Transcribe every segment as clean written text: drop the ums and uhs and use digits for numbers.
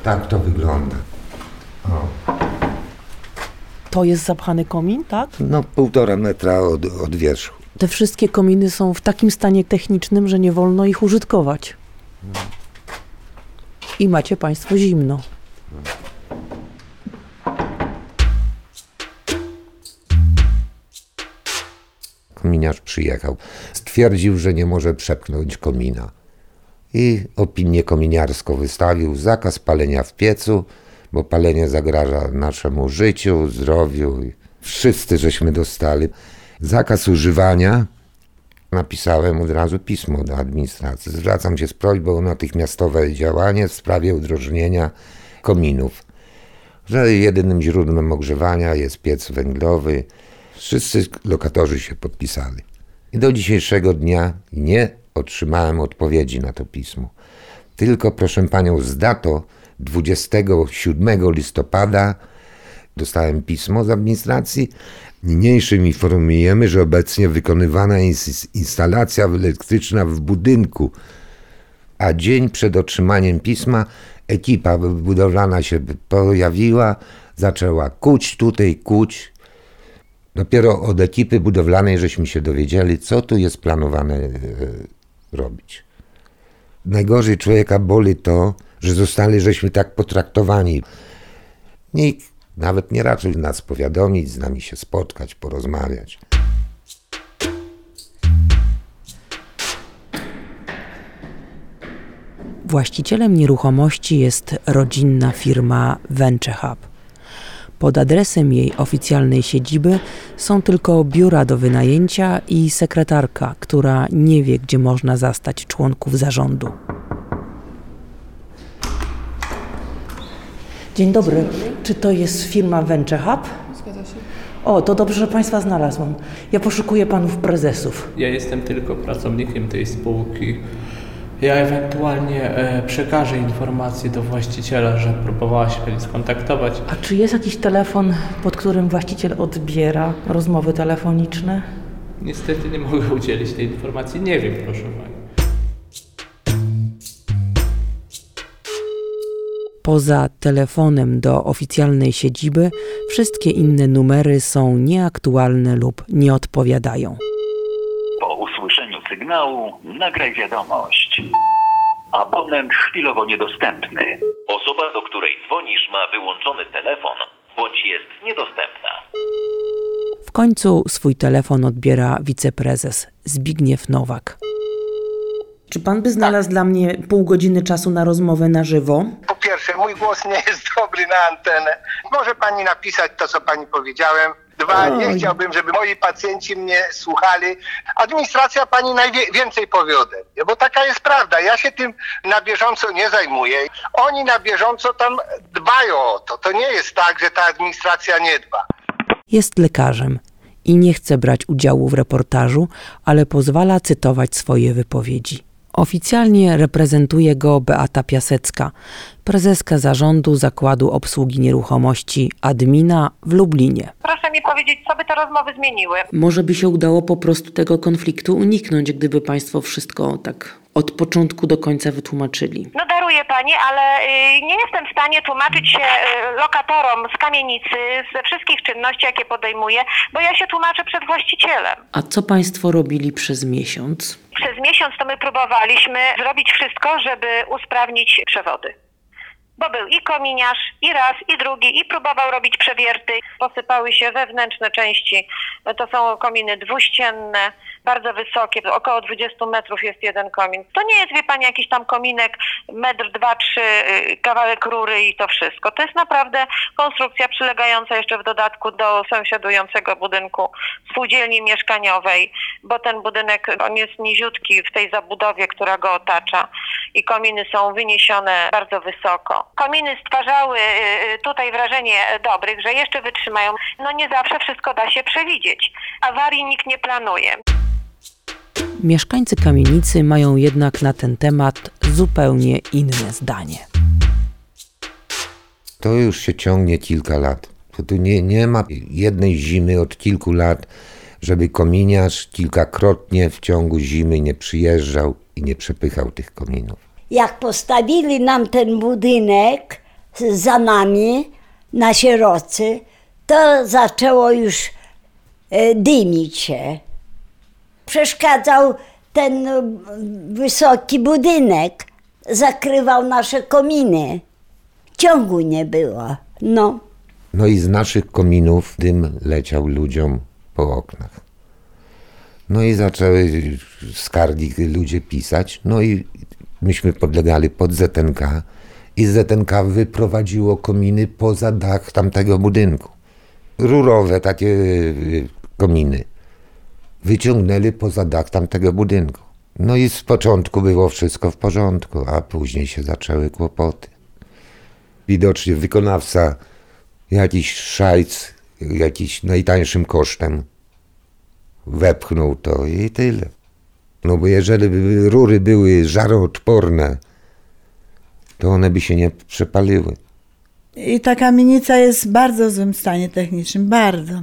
Tak to wygląda. O. To jest zapchany komin, tak? No 1,5 metra od wierzchu. Te wszystkie kominy są w takim stanie technicznym, że nie wolno ich użytkować. I macie Państwo zimno. Kominiarz przyjechał. Stwierdził, że nie może przepchnąć komina. I opinię kominiarską wystawił. Zakaz palenia w piecu, bo palenie zagraża naszemu życiu, zdrowiu. Wszyscy żeśmy dostali. Zakaz używania. Napisałem od razu pismo do administracji. Zwracam się z prośbą o natychmiastowe działanie w sprawie udrożnienia kominów. Że jedynym źródłem ogrzewania jest piec węglowy. Wszyscy lokatorzy się podpisali. I do dzisiejszego dnia nie otrzymałem odpowiedzi na to pismo. Tylko, proszę panią, z datą 27 listopada dostałem pismo z administracji. Niniejszym informujemy, że obecnie wykonywana jest instalacja elektryczna w budynku, a dzień przed otrzymaniem pisma ekipa budowlana się pojawiła, zaczęła kuć. Dopiero od ekipy budowlanej żeśmy się dowiedzieli, co tu jest planowane robić. Najgorzej człowieka boli to, że żeśmy tak potraktowani. Nikt nawet nie raczył nas powiadomić, z nami się spotkać, porozmawiać. Właścicielem nieruchomości jest rodzinna firma Venture Hub. Pod adresem jej oficjalnej siedziby są tylko biura do wynajęcia i sekretarka, która nie wie, gdzie można zastać członków zarządu. Dzień dobry. Czy to jest firma Venture Hub? Zgadza się. O, to dobrze, że Państwa znalazłam. Ja poszukuję panów prezesów. Ja jestem tylko pracownikiem tej spółki. Ja ewentualnie przekażę informację do właściciela, że próbowała się pani skontaktować. A czy jest jakiś telefon, pod którym właściciel odbiera rozmowy telefoniczne? Niestety nie mogę udzielić tej informacji. Nie wiem, proszę pani. Poza telefonem do oficjalnej siedziby, wszystkie inne numery są nieaktualne lub nie odpowiadają. Po usłyszeniu sygnału nagraj wiadomość. Abonent chwilowo niedostępny. Osoba, do której dzwonisz, ma wyłączony telefon bądź jest niedostępna. W końcu swój telefon odbiera wiceprezes Zbigniew Nowak. Czy pan by znalazł dla mnie pół godziny czasu na rozmowę na żywo? Po pierwsze, mój głos nie jest dobry na antenę. Może pani napisać to, co pani powiedziałem. 2, nie chciałbym, żeby moi pacjenci mnie słuchali. Administracja pani najwięcej powie ode mnie, bo taka jest prawda. Ja się tym na bieżąco nie zajmuję. Oni na bieżąco tam dbają o to. To nie jest tak, że ta administracja nie dba. Jest lekarzem i nie chce brać udziału w reportażu, ale pozwala cytować swoje wypowiedzi. Oficjalnie reprezentuje go Beata Piasecka, prezeska zarządu Zakładu Obsługi Nieruchomości Admina w Lublinie. Proszę mi powiedzieć, co by te rozmowy zmieniły? Może by się udało po prostu tego konfliktu uniknąć, gdyby państwo wszystko tak od początku do końca wytłumaczyli. No daruję pani, ale nie jestem w stanie tłumaczyć się lokatorom z kamienicy ze wszystkich czynności, jakie podejmuję, bo ja się tłumaczę przed właścicielem. A co państwo robili przez miesiąc? Przez miesiąc to my próbowaliśmy zrobić wszystko, żeby usprawnić przewody. Bo był i kominiarz, i raz, i drugi, i próbował robić przewierty. Posypały się wewnętrzne części. To są kominy dwuścienne, bardzo wysokie, około 20 metrów jest jeden komin. To nie jest, wie pani, jakiś tam kominek, 1,2 m, kawałek rury i to wszystko. To jest naprawdę konstrukcja przylegająca jeszcze w dodatku do sąsiadującego budynku spółdzielni mieszkaniowej, bo ten budynek, on jest niziutki w tej zabudowie, która go otacza i kominy są wyniesione bardzo wysoko. Kominy stwarzały tutaj wrażenie dobrych, że jeszcze wytrzymają. No nie zawsze wszystko da się przewidzieć. Awarii nikt nie planuje. Mieszkańcy kamienicy mają jednak na ten temat zupełnie inne zdanie. To już się ciągnie kilka lat. Tu nie ma jednej zimy od kilku lat, żeby kominiarz kilkakrotnie w ciągu zimy nie przyjeżdżał i nie przepychał tych kominów. Jak postawili nam ten budynek, za nami na Sierocy, to zaczęło już dymić się. Przeszkadzał ten wysoki budynek, zakrywał nasze kominy. Ciągu nie było, no. No i z naszych kominów dym leciał ludziom po oknach. No i zaczęły skargi ludzie pisać, no i myśmy podlegali pod ZNK i ZNK wyprowadziło kominy poza dach tamtego budynku. Rurowe takie kominy. Wyciągnęli poza dach tamtego budynku. No i z początku było wszystko w porządku, a później się zaczęły kłopoty. Widocznie wykonawca jakiś szajc, jakiś najtańszym kosztem wepchnął to i tyle. No bo jeżeli by rury były żaroodporne, to one by się nie przepaliły. I ta kamienica jest w bardzo złym stanie technicznym, bardzo.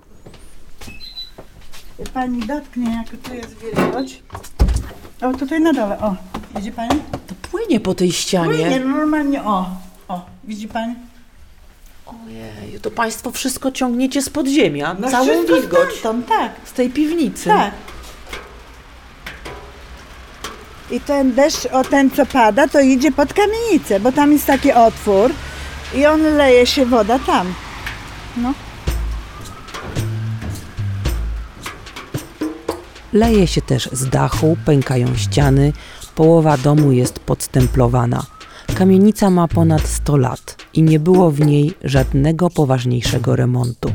Pani dotknie, jak tu jest wilgoć. O, tutaj na dole, o. Widzi pani? To płynie po tej ścianie. Płynie, normalnie, o. Widzi pani? Ojej, to państwo wszystko ciągniecie z podziemia, No całą wszystko wilgoć. stamtąd, tak. Z tej piwnicy. Tak. I ten deszcz, ten co pada, to idzie pod kamienicę, bo tam jest taki otwór i on leje się woda tam. No. Leje się też z dachu, pękają ściany, połowa domu jest podstemplowana. Kamienica ma ponad 100 lat i nie było w niej żadnego poważniejszego remontu.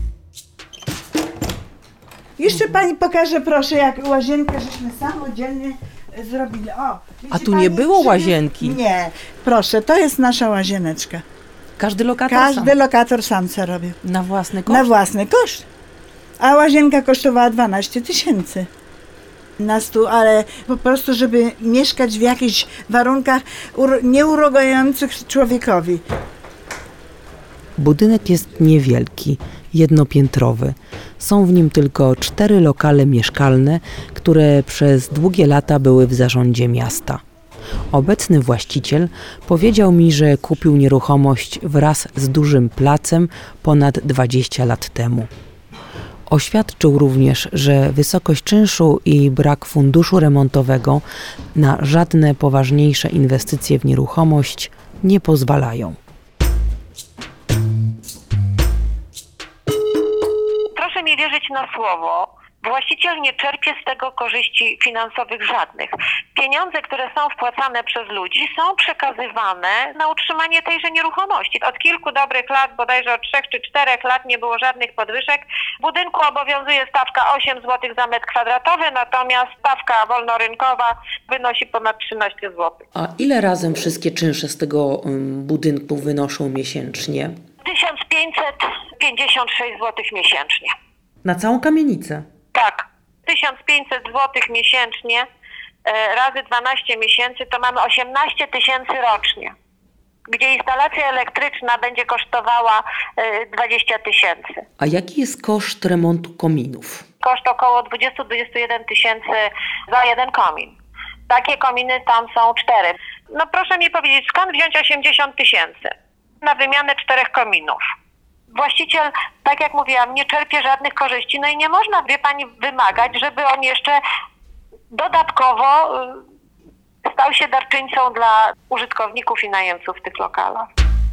Jeszcze pani pokaże, proszę, jak łazienkę żeśmy samodzielnie zrobili. O, A tu nie było łazienki? Nie, proszę, to jest nasza łazieneczka. Każdy lokator Każdy sam? lokator sam co robił. Na własny koszt? Na własny koszt. A łazienka kosztowała 12 000 na stół, ale po prostu, żeby mieszkać w jakichś warunkach nieurągających człowiekowi. Budynek jest niewielki, jednopiętrowy. Są w nim tylko 4 lokale mieszkalne, które przez długie lata były w zarządzie miasta. Obecny właściciel powiedział mi, że kupił nieruchomość wraz z dużym placem ponad 20 lat temu. Oświadczył również, że wysokość czynszu i brak funduszu remontowego na żadne poważniejsze inwestycje w nieruchomość nie pozwalają. Proszę mi wierzyć na słowo. Właściciel nie czerpie z tego korzyści finansowych żadnych. Pieniądze, które są wpłacane przez ludzi, są przekazywane na utrzymanie tejże nieruchomości. Od kilku dobrych lat, bodajże od 3 czy 4 lat nie było żadnych podwyżek. W budynku obowiązuje stawka 8 zł za metr kwadratowy, natomiast stawka wolnorynkowa wynosi ponad 13 zł. A ile razem wszystkie czynsze z tego budynku wynoszą miesięcznie? 1556 zł miesięcznie. Na całą kamienicę? Tak, 1500 zł miesięcznie razy 12 miesięcy to mamy 18 000 rocznie, gdzie instalacja elektryczna będzie kosztowała 20 000. A jaki jest koszt remontu kominów? Koszt około 20-21 000 za jeden komin. Takie kominy tam są 4. No proszę mi powiedzieć, skąd wziąć 80 000 na wymianę 4 kominów? Właściciel, tak jak mówiłam, nie czerpie żadnych korzyści, no i nie można, wie pani, wymagać, żeby on jeszcze dodatkowo stał się darczyńcą dla użytkowników i najemców w tych lokalach.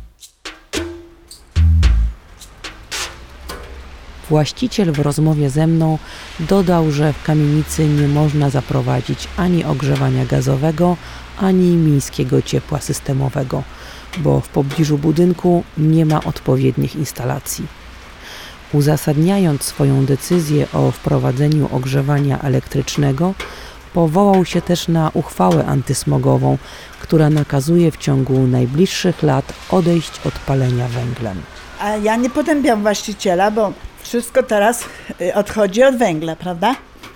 Właściciel w rozmowie ze mną dodał, że w kamienicy nie można zaprowadzić ani ogrzewania gazowego, ani miejskiego ciepła systemowego, bo w pobliżu budynku nie ma odpowiednich instalacji. Uzasadniając swoją decyzję o wprowadzeniu ogrzewania elektrycznego, powołał się też na uchwałę antysmogową, która nakazuje w ciągu najbliższych lat odejść od palenia węglem. A ja nie potępiam właściciela, bo wszystko teraz odchodzi od węgla, prawda?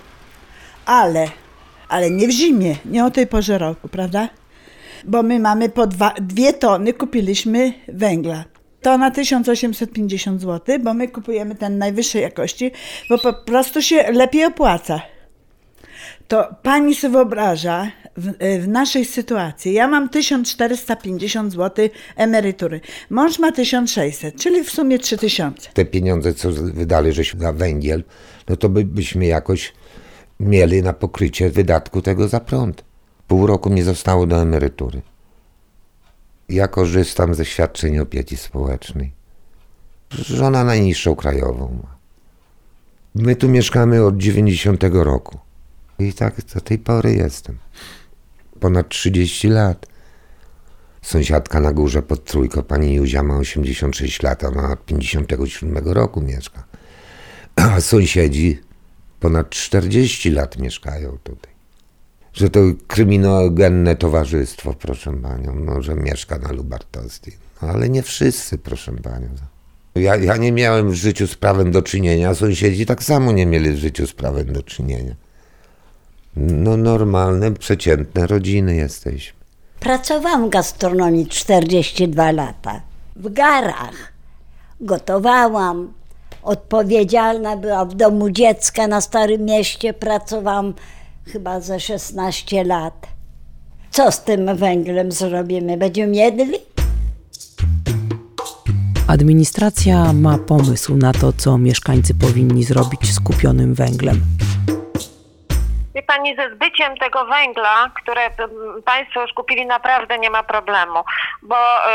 Ale nie w zimie, nie o tej porze roku, prawda? Bo my mamy po 2 tony kupiliśmy węgla. Tona 1850 zł, bo my kupujemy ten najwyższej jakości, bo po prostu się lepiej opłaca. to pani sobie wyobraża w naszej sytuacji, ja mam 1450 zł emerytury, mąż ma 1600, czyli w sumie 3000. Te pieniądze, co wydali żeśmy na węgiel, no to byśmy jakoś mieli na pokrycie wydatku tego za prąd. Pół roku mi zostało do emerytury. Ja korzystam ze świadczeń opieki społecznej. Żona najniższą krajową ma. My tu mieszkamy od 90 roku. I tak do tej pory jestem. Ponad 30 lat. Sąsiadka na górze pod Trójką, pani Józia, ma 86 lat, a ma 57 roku mieszka. A sąsiedzi ponad 40 lat mieszkają tutaj. Że to kryminogenne towarzystwo, proszę panią, no, że mieszka na Lubartowskiej. No, ale nie wszyscy, proszę panią. Ja nie miałem w życiu z prawem do czynienia, a sąsiedzi tak samo nie mieli w życiu z prawem do czynienia. No normalne, przeciętne rodziny jesteśmy. Pracowałam w gastronomii 42 lata. W garach. Gotowałam. Odpowiedzialna była w domu dziecka na Starym Mieście. Pracowałam chyba ze 16 lat. Co z tym węglem zrobimy? Będziemy jedli? Administracja ma pomysł na to, co mieszkańcy powinni zrobić z kupionym węglem. Wie pani, ze zbyciem tego węgla, które państwo już kupili, naprawdę nie ma problemu, bo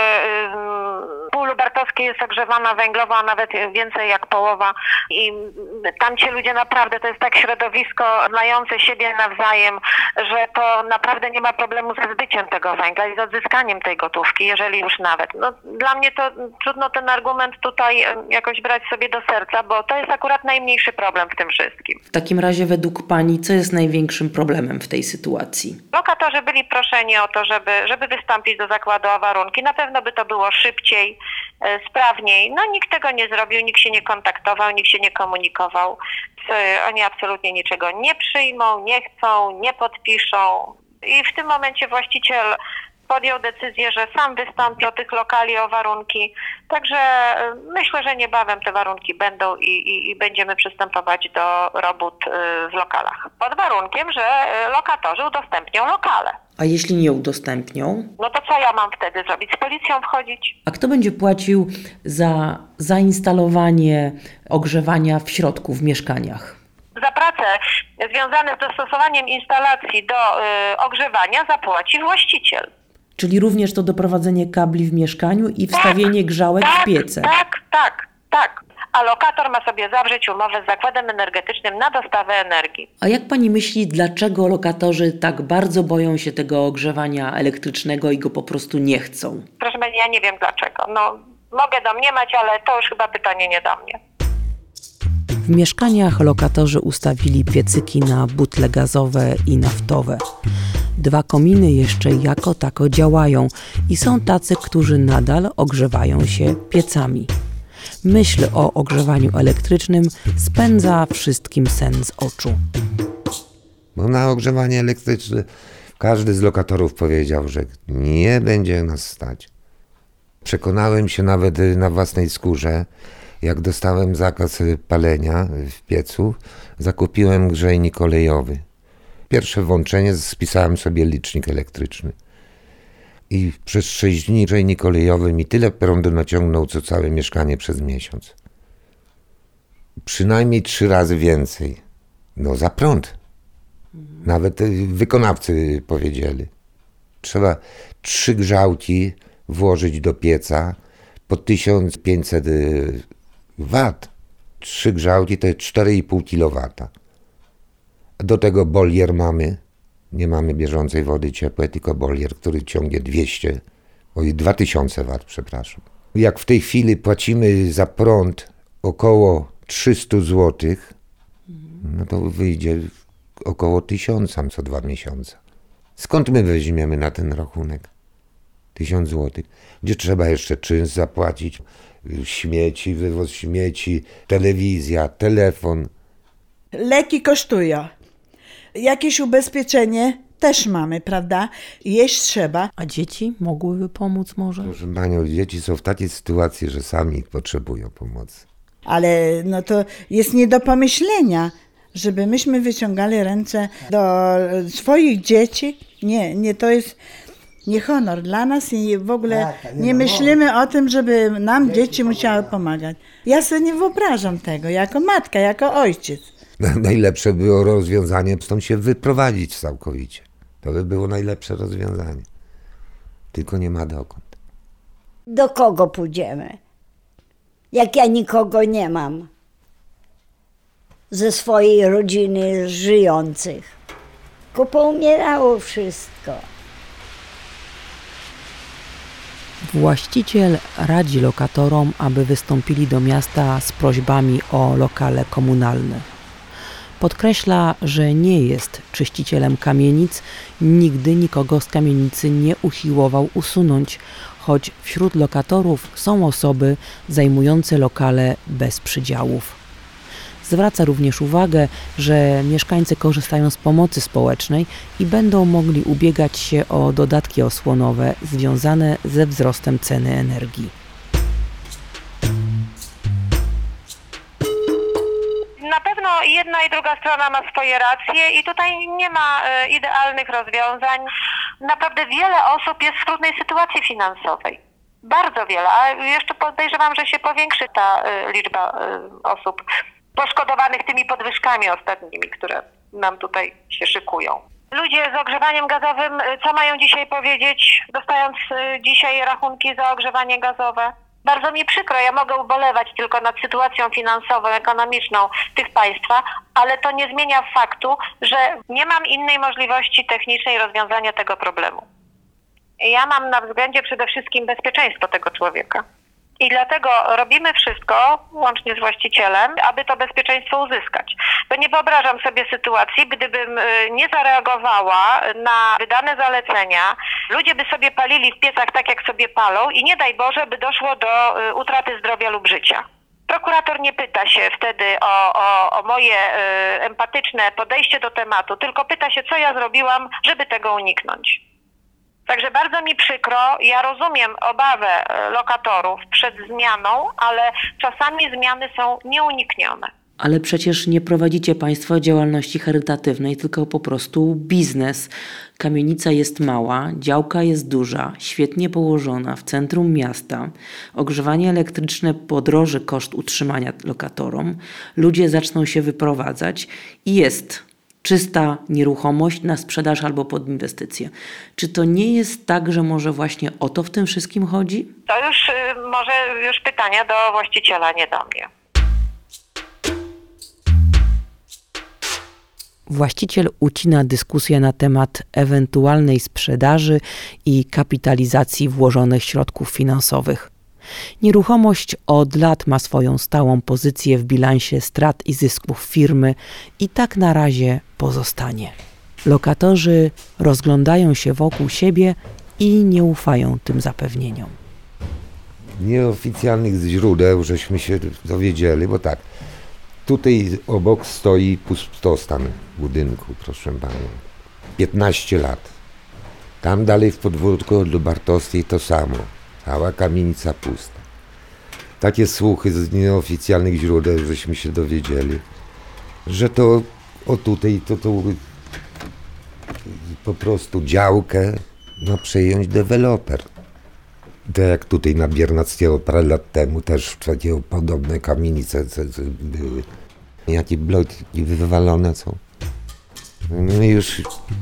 pół Lubartowskiej jest ogrzewana węglowo, a nawet więcej jak połowa i tam ci ludzie naprawdę, to jest tak środowisko znające siebie nawzajem, że to naprawdę nie ma problemu ze zbyciem tego węgla i z odzyskaniem tej gotówki, jeżeli już nawet. No, dla mnie to trudno ten argument tutaj jakoś brać sobie do serca, bo to jest akurat najmniejszy problem w tym wszystkim. W takim razie według pani, co jest największym problemem w tej sytuacji? Lokatorzy byli proszeni o to, żeby wystąpić do zakładu o warunki. Na pewno by to było szybciej, sprawniej. No nikt tego nie zrobił, nikt się nie kontaktował, nikt się nie komunikował. Oni absolutnie niczego nie przyjmą, nie chcą, nie podpiszą. I w tym momencie właściciel podjął decyzję, że sam wystąpi o tych lokali o warunki. Także myślę, że niebawem te warunki będą i będziemy przystępować do robót w lokalach. Pod warunkiem, że lokatorzy udostępnią lokale. A jeśli nie udostępnią? No to co ja mam wtedy zrobić? Z policją wchodzić? A kto będzie płacił za zainstalowanie ogrzewania w środku, w mieszkaniach? Za pracę związane z dostosowaniem instalacji do ogrzewania zapłaci właściciel. Czyli również to doprowadzenie kabli w mieszkaniu i wstawienie grzałek w piece. Tak. A lokator ma sobie zawrzeć umowę z zakładem energetycznym na dostawę energii. A jak pani myśli, dlaczego lokatorzy tak bardzo boją się tego ogrzewania elektrycznego i go po prostu nie chcą? Proszę pani, ja nie wiem dlaczego. No, mogę domniemać, ale to już chyba pytanie nie do mnie. W mieszkaniach lokatorzy ustawili piecyki na butle gazowe i naftowe. 2 kominy jeszcze jako tako działają i są tacy, którzy nadal ogrzewają się piecami. Myśl o ogrzewaniu elektrycznym spędza wszystkim sen z oczu. Bo na ogrzewanie elektryczne każdy z lokatorów powiedział, że nie będzie nas stać. Przekonałem się nawet na własnej skórze, jak dostałem zakaz palenia w piecu, zakupiłem grzejnik olejowy. Pierwsze włączenie spisałem sobie licznik elektryczny. I przez 6 dni grzejnik olejowy mi tyle prądu naciągnął, co całe mieszkanie przez miesiąc. Przynajmniej 3 razy więcej. No za prąd. Nawet wykonawcy powiedzieli. Trzeba 3 grzałki włożyć do pieca po 1500 wat. 3 grzałki to jest 4,5 kW. Do tego bolier mamy. Nie mamy bieżącej wody ciepłej, tylko bolier, który ciągnie 2000 wat, przepraszam. Jak w tej chwili płacimy za prąd około 300 zł, no to wyjdzie około 1000 co 2 miesiące. Skąd my weźmiemy na ten rachunek 1000 zł? Gdzie trzeba jeszcze czynsz zapłacić, śmieci, wywóz śmieci, telewizja, telefon. Leki kosztują. Jakieś ubezpieczenie też mamy, prawda? Jeść trzeba. A dzieci mogłyby pomóc może? Proszę panią, dzieci są w takiej sytuacji, że sami potrzebują pomocy. Ale no to jest nie do pomyślenia, żeby myśmy wyciągali ręce do swoich dzieci. Nie, to jest nie honor dla nas i w ogóle nie myślimy o tym, żeby nam dzieci musiały pomagać. Ja sobie nie wyobrażam tego, jako matka, jako ojciec. Najlepsze było rozwiązanie, stąd się wyprowadzić całkowicie. To by było najlepsze rozwiązanie. Tylko nie ma dokąd. Do kogo pójdziemy? Jak ja nikogo nie mam ze swojej rodziny żyjących. Poumierało wszystko. Właściciel radzi lokatorom, aby wystąpili do miasta z prośbami o lokale komunalne. Podkreśla, że nie jest czyścicielem kamienic, nigdy nikogo z kamienicy nie usiłował usunąć, choć wśród lokatorów są osoby zajmujące lokale bez przydziałów. Zwraca również uwagę, że mieszkańcy korzystają z pomocy społecznej i będą mogli ubiegać się o dodatki osłonowe związane ze wzrostem ceny energii. Na pewno jedna i druga strona ma swoje racje i tutaj nie ma idealnych rozwiązań. Naprawdę wiele osób jest w trudnej sytuacji finansowej. Bardzo wiele, a jeszcze podejrzewam, że się powiększy ta liczba osób poszkodowanych tymi podwyżkami ostatnimi, które nam tutaj się szykują. Ludzie z ogrzewaniem gazowym, co mają dzisiaj powiedzieć, dostając dzisiaj rachunki za ogrzewanie gazowe? Bardzo mi przykro, ja mogę ubolewać tylko nad sytuacją finansową, ekonomiczną tych państwa, ale to nie zmienia faktu, że nie mam innej możliwości technicznej rozwiązania tego problemu. Ja mam na względzie przede wszystkim bezpieczeństwo tego człowieka. I dlatego robimy wszystko, łącznie z właścicielem, aby to bezpieczeństwo uzyskać. Bo nie wyobrażam sobie sytuacji, gdybym nie zareagowała na wydane zalecenia, ludzie by sobie palili w piecach tak, jak sobie palą i nie daj Boże, by doszło do utraty zdrowia lub życia. Prokurator nie pyta się wtedy o moje empatyczne podejście do tematu, tylko pyta się, co ja zrobiłam, żeby tego uniknąć. Także bardzo mi przykro, ja rozumiem obawę lokatorów przed zmianą, ale czasami zmiany są nieuniknione. Ale przecież nie prowadzicie Państwo działalności charytatywnej, tylko po prostu biznes. Kamienica jest mała, działka jest duża, świetnie położona w centrum miasta. Ogrzewanie elektryczne podroży koszt utrzymania lokatorom. Ludzie zaczną się wyprowadzać i jest czysta nieruchomość na sprzedaż albo pod inwestycje. Czy to nie jest tak, że może właśnie o to w tym wszystkim chodzi? To już może pytania do właściciela, nie do mnie. Właściciel ucina dyskusję na temat ewentualnej sprzedaży i kapitalizacji włożonych środków finansowych. Nieruchomość od lat ma swoją stałą pozycję w bilansie strat i zysków firmy i tak na razie pozostanie. Lokatorzy rozglądają się wokół siebie i nie ufają tym zapewnieniom. Nieoficjalnych źródeł żeśmy się dowiedzieli, bo tak, tutaj obok stoi pustostan budynku, proszę panią. 15 lat. Tam dalej w podwórku od Lubartowskiej to samo. Cała kamienica pusta. Takie słuchy z nieoficjalnych źródeł, żeśmy się dowiedzieli, że to tutaj to po prostu działkę ma przejąć deweloper. Tak jak tutaj na Biernackiego parę lat temu też takie podobne kamienice były. Jakie bloki wywalone są. My już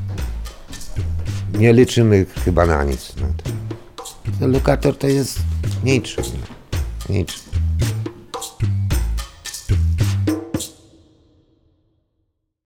nie liczymy chyba na nic. Lokator to jest niczym.